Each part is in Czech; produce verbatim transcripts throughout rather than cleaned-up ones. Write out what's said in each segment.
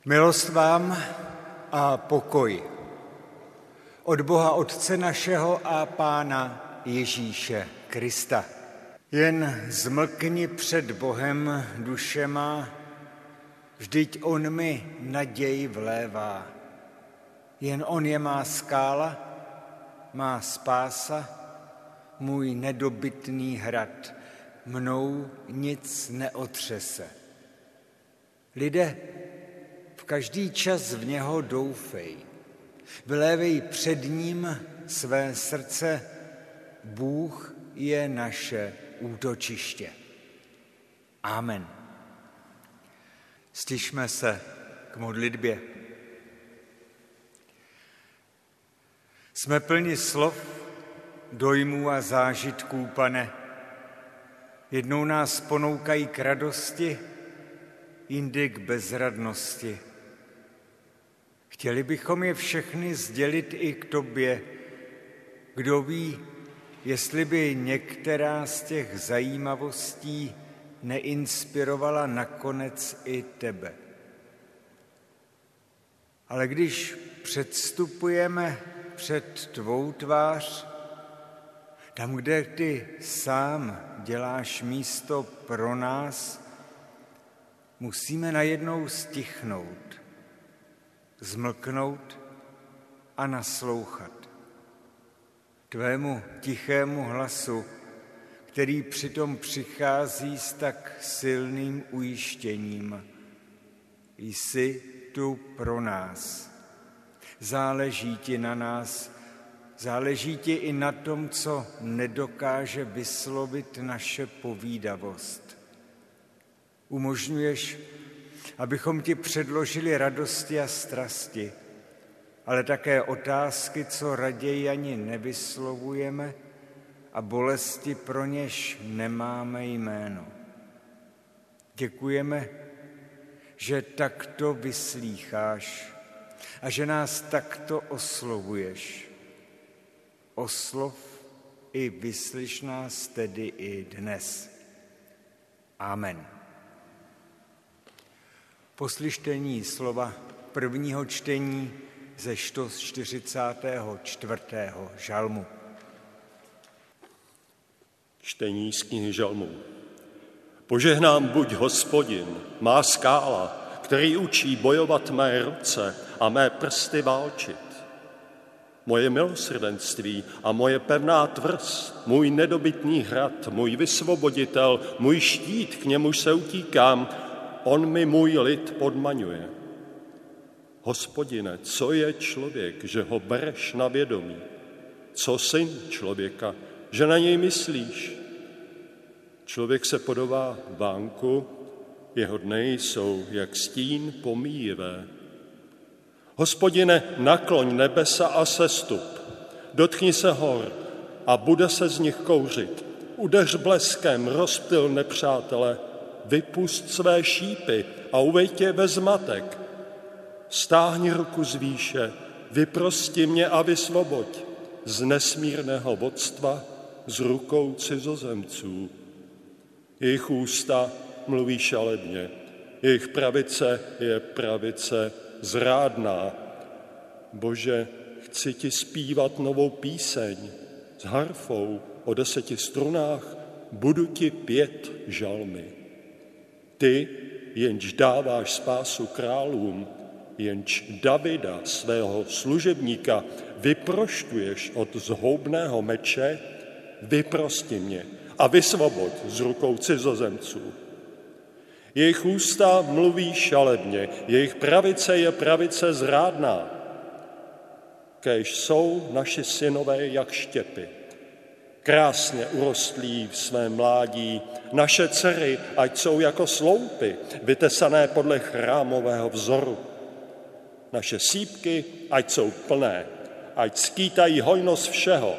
Milost vám a pokoj od Boha Otce našeho a Pána Ježíše Krista. Jen zmlkni před Bohem, duše má, vždyť on mi naději vlévá. Jen on je má skála, má spása, můj nedobytný hrad, mnou nic neotřese. Lidé, v každý čas v něho doufej, vylévej před ním své srdce, Bůh je naše útočiště. Amen. Stišme se k modlitbě. Jsme plni slov, dojmů a zážitků, Pane. Jednou nás ponoukají k radosti, jindy k bezradnosti. Chtěli bychom je všechny sdělit i k tobě. Kdo ví, jestli by některá z těch zajímavostí neinspirovala nakonec i tebe. Ale když předstupujeme před tvou tvář, tam, kde ty sám děláš místo pro nás, musíme najednou stichnout, zmlknout a naslouchat tvému tichému hlasu, který přitom přichází s tak silným ujištěním. Jsi tu pro nás. Záleží ti na nás, záleží ti i na tom, co nedokáže vyslovit naše povídavost. Umožňuješ, abychom ti předložili radosti a strasti, ale také otázky, co raději ani nevyslovujeme, a bolesti, pro něž nemáme jméno. Děkujeme, že takto vyslýcháš a že nás takto oslovuješ. Oslov i vyslyš nás tedy i dnes. Amen. Po slyšení slova prvního čtení ze sto čtyřicátého čtvrtého žalmu. Čtení z knihy žalmů. Požehnám buď Hospodin, má skála, který učí bojovat mé ruce a mé prsty válčit. Moje milosrdenství a moje pevná tvrz, můj nedobytný hrad, můj vysvoboditel, můj štít, k němuž se utíkám, on mi můj lid podmaňuje. Hospodine, co je člověk, že ho bereš na vědomí? Co syn člověka, že na něj myslíš? Člověk se podobá vánku, jeho dny jsou jak stín pomíjivé. Hospodine, nakloň nebesa a sestup, dotkni se hor a bude se z nich kouřit. Udeř bleskem, rozptyl nepřátele, vypust své šípy a uveď je ve zmatek. Stáhni ruku z výše, vyprosti mě a vysvoboď z nesmírného vodstva, z rukou cizozemců. Jejich ústa mluví šalebně, jejich pravice je pravice zrádná. Bože, chci ti zpívat novou píseň s harfou o deseti strunách, budu ti pět žalmy. Ty, jenž dáváš spásu králům, jenž Davida, svého služebníka, vyprošťuješ od zhoubného meče, vyprosti mě a vysvoboď z rukou cizozemců. Jejich ústa mluví šalebně, jejich pravice je pravice zrádná. Kéž jsou naši synové jak štěpy, krásně urostlí v svém mládí, naše dcery, ať jsou jako sloupy, vytesané podle chrámového vzoru. Naše sýpky, ať jsou plné, ať skýtají hojnost všeho.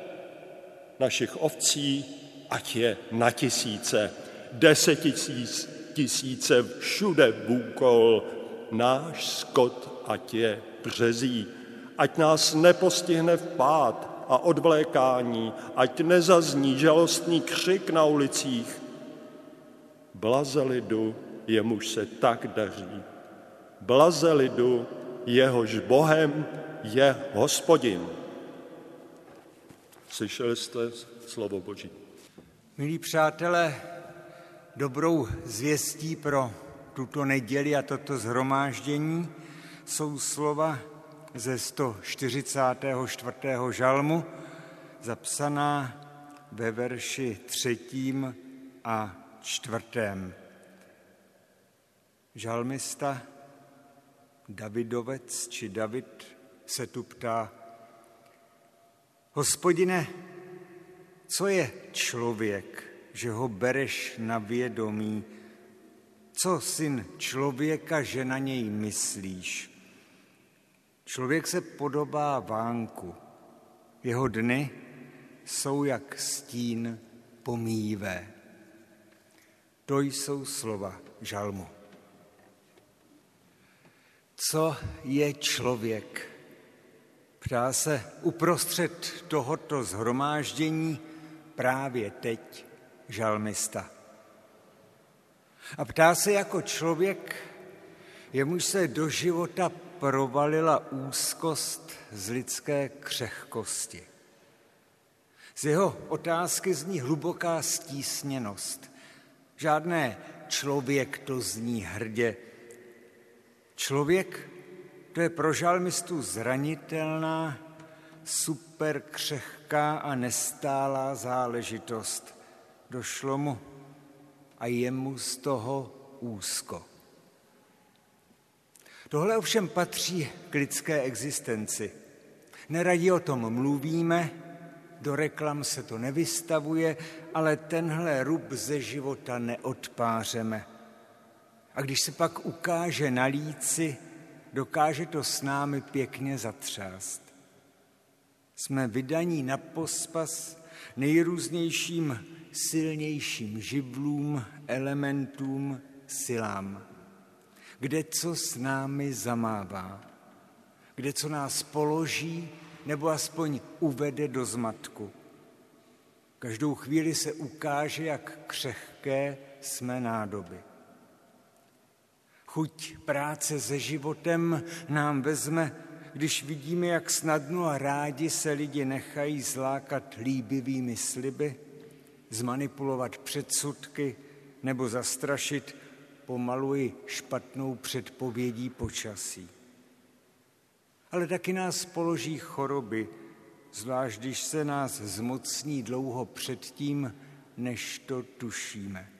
Našich ovcí, ať je na tisíce, desetitisíc, tisíce všude vůkol, náš skot, ať je březí, ať nás nepostihne vpád a odvlékání, ať nezazní žalostný křik na ulicích. Blaze lidu, jemuž se tak daří. blaze lidu, jehož Bohem je Hospodin. Slyšeli jste slovo Boží. Milí přátelé, dobrou zvěstí pro tuto neděli a toto shromáždění jsou slova ze sto čtyřicátého čtvrtého žalmu, zapsaná ve verši třetím a čtvrtém. Žalmista Davidovec či David se tu ptá: Hospodine, co je člověk, že ho bereš na vědomí? Co syn člověka, že na něj myslíš? Člověk se podobá vánku. Jeho dny jsou jak stín pomíjivé. To jsou slova žalmu. Co je člověk? Ptá se uprostřed tohoto shromáždění právě teď žalmista. A ptá se jako člověk, jemuž se do života provalila úzkost z lidské křehkosti. Z jeho otázky zní hluboká stísněnost. Žádné člověk to zní hrdě. Člověk, to je pro žalmistu zranitelná, super křehká a nestálá záležitost. Došlo mu a je mu z toho úzko. Tohle ovšem patří k lidské existenci. Neradi o tom mluvíme, do reklam se to nevystavuje, ale tenhle rub ze života neodpářeme. A když se pak ukáže na líci, dokáže to s námi pěkně zatřást. Jsme vydaní na pospas nejrůznějším silnějším živlům, elementům, silám. Kde co s námi zamává, kde co nás položí nebo aspoň uvede do zmatku. Každou chvíli se ukáže, jak křehké jsme nádoby. Chuť práce se životem nám vezme, když vidíme, jak snadno a rádi se lidi nechají zlákat líbivými sliby, zmanipulovat předsudky nebo zastrašit pomalu i špatnou předpovědí počasí. Ale taky nás položí choroby, zvlášť když se nás zmocní dlouho předtím, než to tušíme.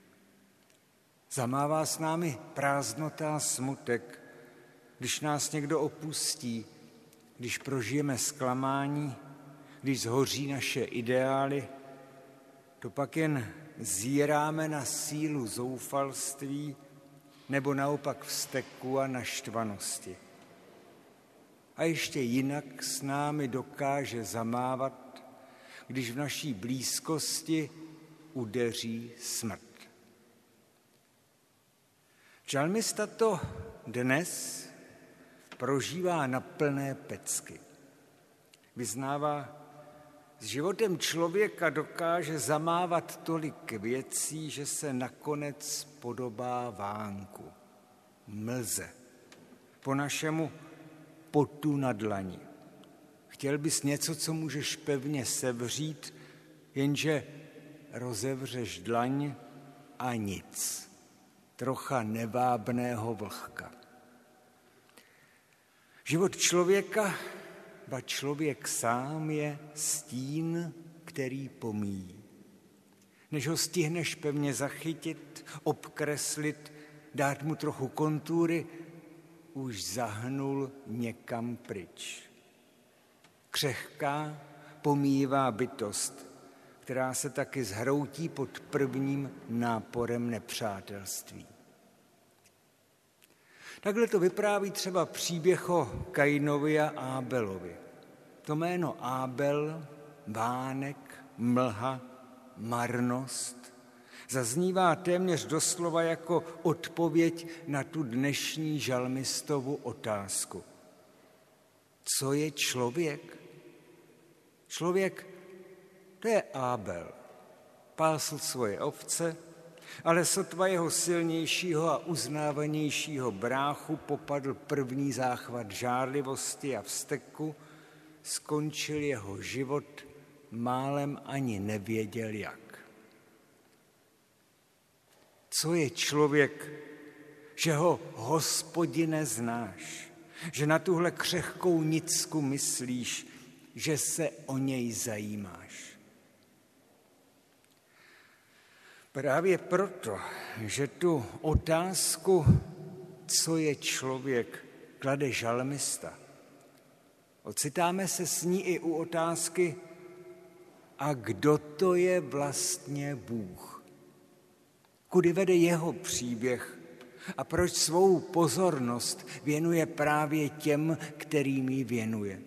Zamává s námi prázdnota a smutek, když nás někdo opustí, když prožijeme zklamání, když zhoří naše ideály, to pak jen zíráme na sílu zoufalství nebo naopak vzteku a naštvanosti. A ještě jinak s námi dokáže zamávat, když v naší blízkosti udeří smrt. Žalmista to dnes prožívá na plné pecky. Vyznává, s životem člověka dokáže zamávat tolik věcí, že se nakonec podobá vánku, mlze, po našemu potu na dlani. Chtěl bys něco, co můžeš pevně sevřít, jenže rozevřeš dlaň a nic. Trocha nevábného vlhka. Život člověka, ba člověk sám je stín, který pomíjí. Než ho stihneš pevně zachytit, obkreslit, dát mu trochu kontury, už zahnul někam pryč. Křehká, pomíjivá bytost, která se taky zhroutí pod prvním náporem nepřátelství. Takhle to vypráví třeba příběh o Kainovi a Ábelovi. To jméno Ábel, vánek, mlha, marnost, zaznívá téměř doslova jako odpověď na tu dnešní žalmistovu otázku. Co je člověk? Člověk, to je Ábel. Pásl svoje ovce, Ale sotva jeho silnějšího a uznávanějšího bráchu popadl první záchvat žárlivosti a vzteku, skončil jeho život, málem ani nevěděl jak. Co je člověk, že ho, Hospodine, znáš, že na tuhle křehkou nicku myslíš, že se o něj zajímáš? Právě proto, že tu otázku, co je člověk, klade žalmista, ocitáme se s ní i u otázky, a kdo to je vlastně Bůh? Kudy vede jeho příběh a proč svou pozornost věnuje právě těm, kterým ji věnuje?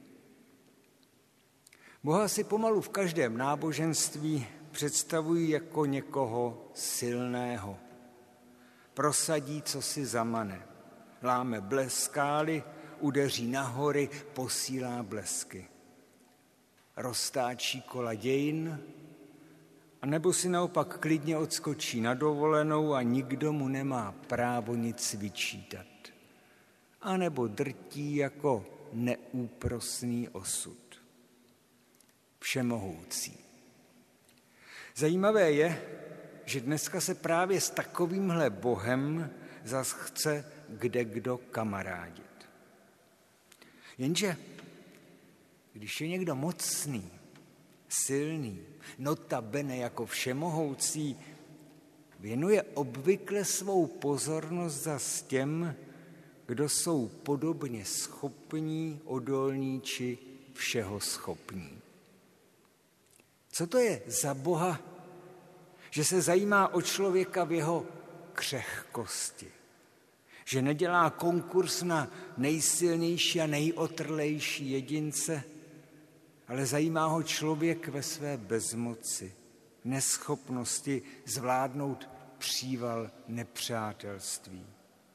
Boha si pomalu v každém náboženství představují jako někoho silného. Prosadí, co si zamane. Láme bleskály, udeří na hory, posílá blesky. Roztáčí kola dějin, anebo si naopak klidně odskočí na dovolenou a nikdo mu nemá právo nic vyčítat. A nebo drtí jako neúprosný osud. Všemohoucí. Zajímavé je, že dneska se právě s takovýmhle Bohem zas chce kdekdo kamarádit. Jenže když je někdo mocný, silný, notabene jako všemohoucí, věnuje obvykle svou pozornost zas těm, kdo jsou podobně schopní, odolní či všeho schopní. Co to je za Boha, že se zajímá o člověka v jeho křehkosti? Že nedělá konkurs na nejsilnější a nejotrlejší jedince, ale zajímá ho člověk ve své bezmoci, neschopnosti zvládnout příval nepřátelství.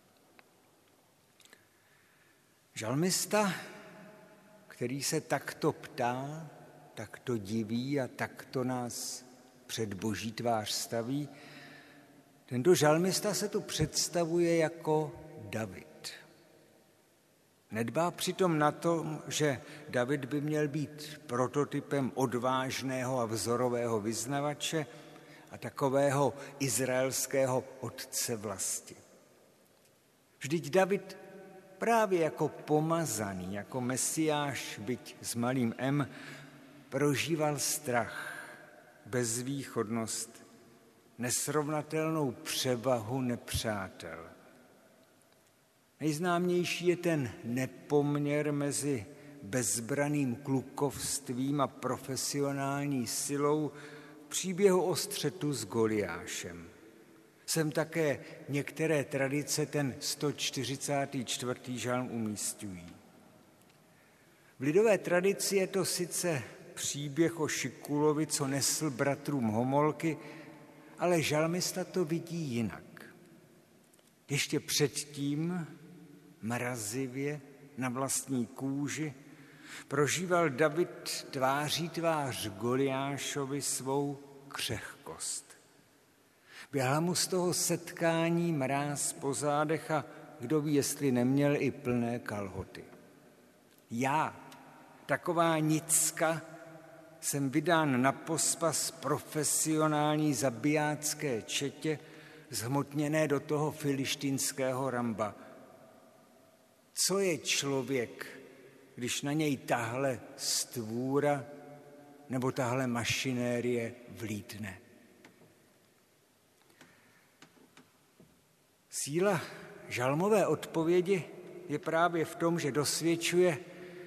Žalmista, který se takto ptá, takto diví a takto nás před Boží tvář staví, tento žalmista se tu představuje jako David. Nedbá přitom na to, že David by měl být prototypem odvážného a vzorového vyznavače a takového izraelského otce vlasti. Vždyť David právě jako pomazaný, jako mesiáš, byť s malým M, prožíval strach, bezvýchodnost, nesrovnatelnou převahu nepřátel. Nejznámější je ten nepoměr mezi bezbranným klukovstvím a profesionální silou v příběhu o střetu s Goliášem. Sem také některé tradice ten sto čtyřicátý čtvrtý žalm umísťují. V lidové tradici je to sice příběh o Šikulovi, co nesl bratrům homolky, ale žalmista to vidí jinak. Ještě předtím, mrazivě, na vlastní kůži, prožíval David tváří tvář Goliášovi svou křehkost. Běhla mu z toho setkání mráz po zádech a kdo ví, jestli neměl i plné kalhoty. Já, taková nicka, jsem vydán na pospas profesionální zabijácké četě, zhmotněné do toho filištínského ramba. Co je člověk, když na něj tahle stvůra nebo tahle mašinérie vlítne? Síla žalmové odpovědi je právě v tom, že dosvědčuje,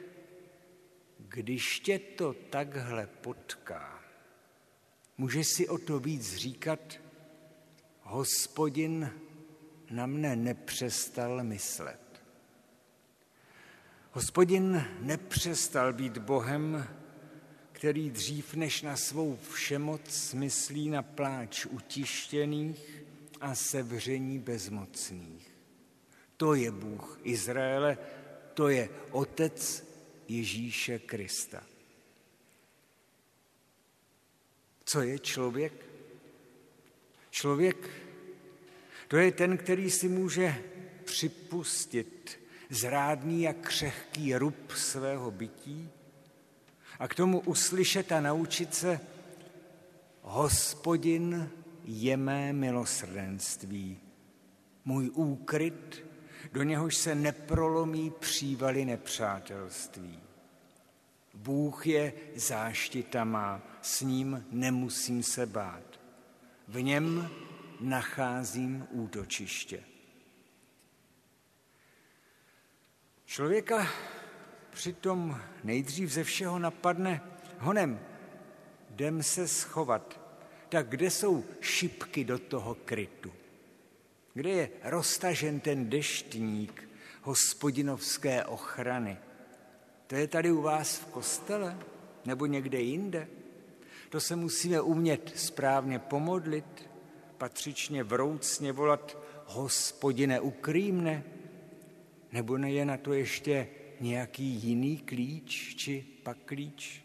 když tě to takhle potká, můžeš si o to víc říkat, Hospodin na mne nepřestal myslet. Hospodin nepřestal být Bohem, který dřív než na svou všemoc myslí na pláč utištěných a sevření bezmocných. To je Bůh Izraele, to je Otec Ježíše Krista. Co je člověk? Člověk, to je ten, který si může připustit zrádný a křehký rub svého bytí a k tomu uslyšet a naučit se: Hospodin je mé milosrdenství, můj úkryt, do něhož se neprolomí přívaly nepřátelství. Bůh je záštita má, s ním nemusím se bát. V něm nacházím útočiště. Člověka přitom nejdřív ze všeho napadne: honem, jdem se schovat. Tak kde jsou šipky do toho krytu? Kde je roztažen ten deštník hospodinovské ochrany? To je tady u vás v kostele? Nebo někde jinde? To se musíme umět správně pomodlit, patřičně vroucně volat: Hospodine, ukrýj mne? Nebo je na to ještě nějaký jiný klíč či paklíč?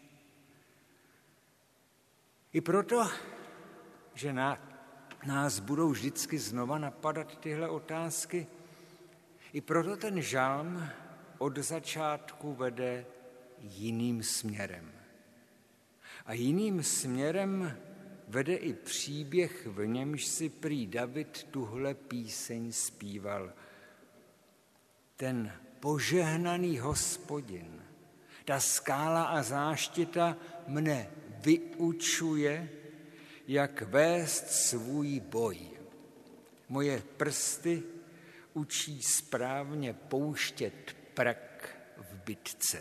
I proto, že na nás budou vždycky znova napadat tyhle otázky, i proto ten žalm od začátku vede jiným směrem. A jiným směrem vede i příběh, v němž si prý David tuhle píseň zpíval. Ten požehnaný Hospodin, ta skála a záštita mne vyučuje, jak vést svůj boj. Moje prsty učí správně pouštět prak v bitce.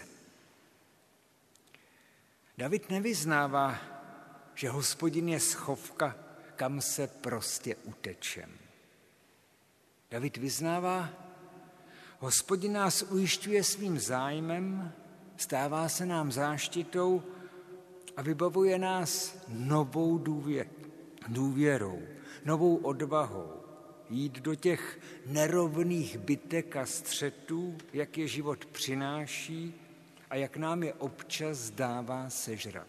David nevyznává, že Hospodin je schovka, kam se prostě utečem. David vyznává: Hospodin nás ujišťuje svým zájmem, stává se nám záštitou a vybavuje nás novou důvěrou, novou odvahou jít do těch nerovných bitek a střetů, jak je život přináší a jak nám je občas dává sežrat.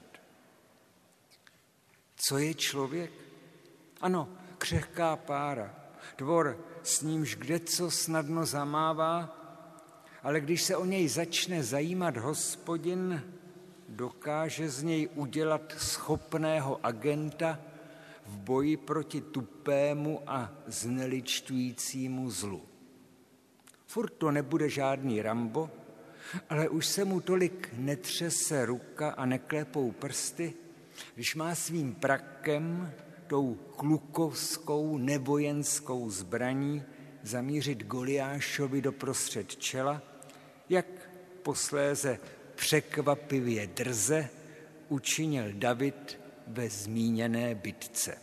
Co je člověk? Ano, křehká pára, tvor, s nímž kdeco snadno zamává, ale když se o něj začne zajímat Hospodin, dokáže z něj udělat schopného agenta v boji proti tupému a zneličtujícímu zlu. Furt to nebude žádný Rambo, ale už se mu tolik netřese ruka a neklepou prsty, když má svým prakem, tou klukovskou nevojenskou zbraní, zamířit Goliášovi doprostřed čela, jak posléze překvapivě drze učinil David ve zmíněné bitce.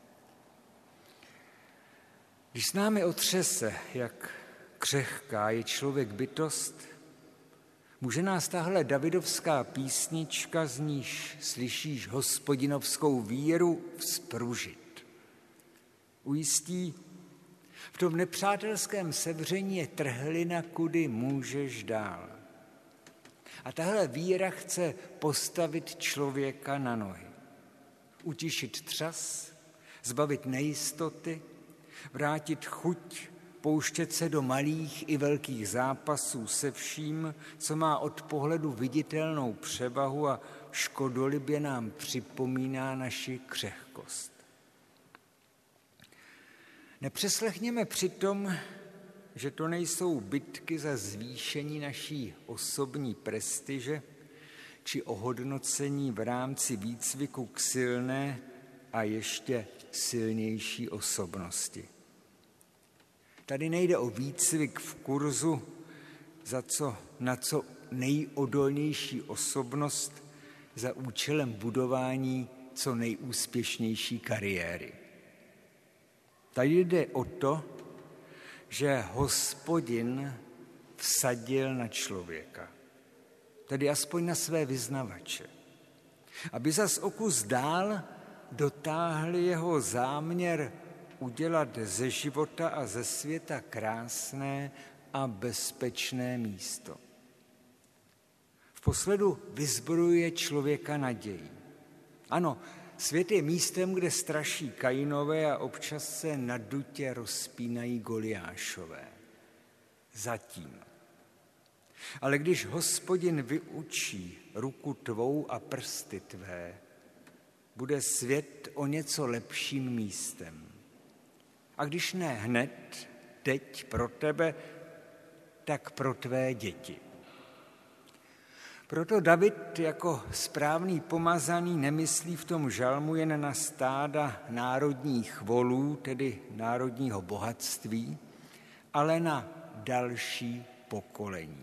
Když s námi otřese, jak křehká je člověk bytost, může nás tahle davidovská písnička, z níž slyšíš hospodinovskou víru, vzpružit. Ujistí: v tom nepřátelském sevření je trhlina, kudy můžeš dál. A tahle víra chce postavit člověka na nohy. Utišit třas, zbavit nejistoty, vrátit chuť, pouštět se do malých i velkých zápasů se vším, co má od pohledu viditelnou převahu a škodolibě nám připomíná naši křehkost. Nepřeslechněme přitom, že to nejsou bitky za zvýšení naší osobní prestiže či ohodnocení v rámci výcviku k silné a ještě silnější osobnosti. Tady nejde o výcvik v kurzu za co, na co nejodolnější osobnost za účelem budování co nejúspěšnější kariéry. Tady jde o to, že Hospodin vsadil na člověka, tedy aspoň na své vyznavače, aby zas o kus dál dotáhli jeho záměr udělat ze života a ze světa krásné a bezpečné místo. V posledu vyzbrojuje člověka nadějí. Ano, Svět je místem, kde straší Kainové a občas se nadutě rozpínají Goliášové. Zatím. Ale když Hospodin vyučí ruku tvou a prsty tvé, bude svět o něco lepším místem. A když ne hned, teď pro tebe, tak pro tvé děti. Proto David jako správný pomazaný nemyslí v tom žalmu jen na stáda národních volů, tedy národního bohatství, ale na další pokolení.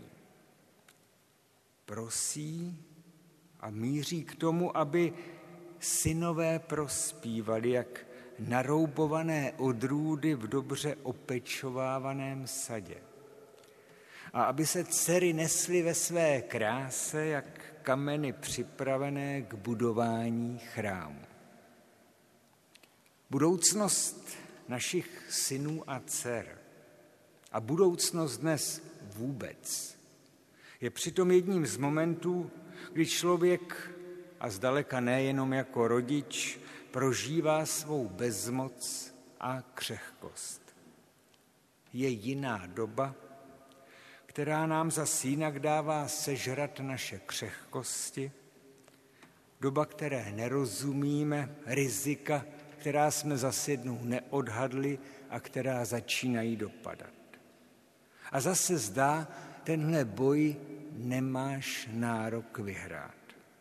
Prosí a míří k tomu, aby synové prospívali, jak naroubované odrůdy v dobře opečovávaném sadě. A aby se dcery nesly ve své kráse, jak kameny připravené k budování chrámu. Budoucnost našich synů a dcer a budoucnost dnes vůbec je přitom jedním z momentů, kdy člověk, a zdaleka nejenom jako rodič, prožívá svou bezmoc a křehkost. Je jiná doba, která nám zas jinak dává sežrat naše křehkosti, doba, které nerozumíme, rizika, která jsme zas jednou neodhadli a která začínají dopadat. A zase zdá, tenhle boj nemáš nárok vyhrát.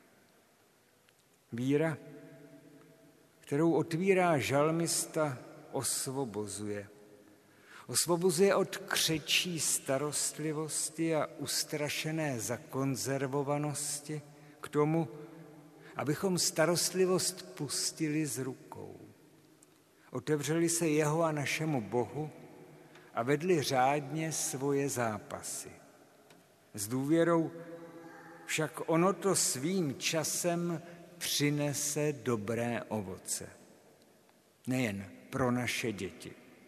Víra, kterou otvírá žalmista, osvobozuje. Osvobozuje od křečí starostlivosti a ustrašené zakonzervovanosti k tomu, abychom starostlivost pustili z rukou. Otevřeli se jeho a našemu Bohu a vedli řádně svoje zápasy. S důvěrou však ono to svým časem přinese dobré ovoce. Nejen pro naše děti.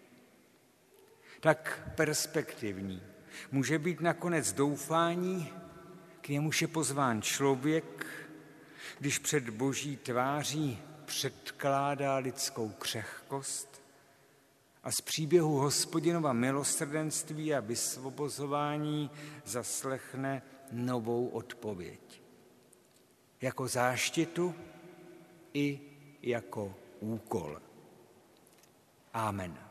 Tak perspektivní může být nakonec doufání, k němuž je pozván člověk, když před Boží tváří předkládá lidskou křehkost a z příběhu Hospodinova milosrdenství a vysvobozování zaslechne novou odpověď. Jako záštitu i jako úkol. Amen.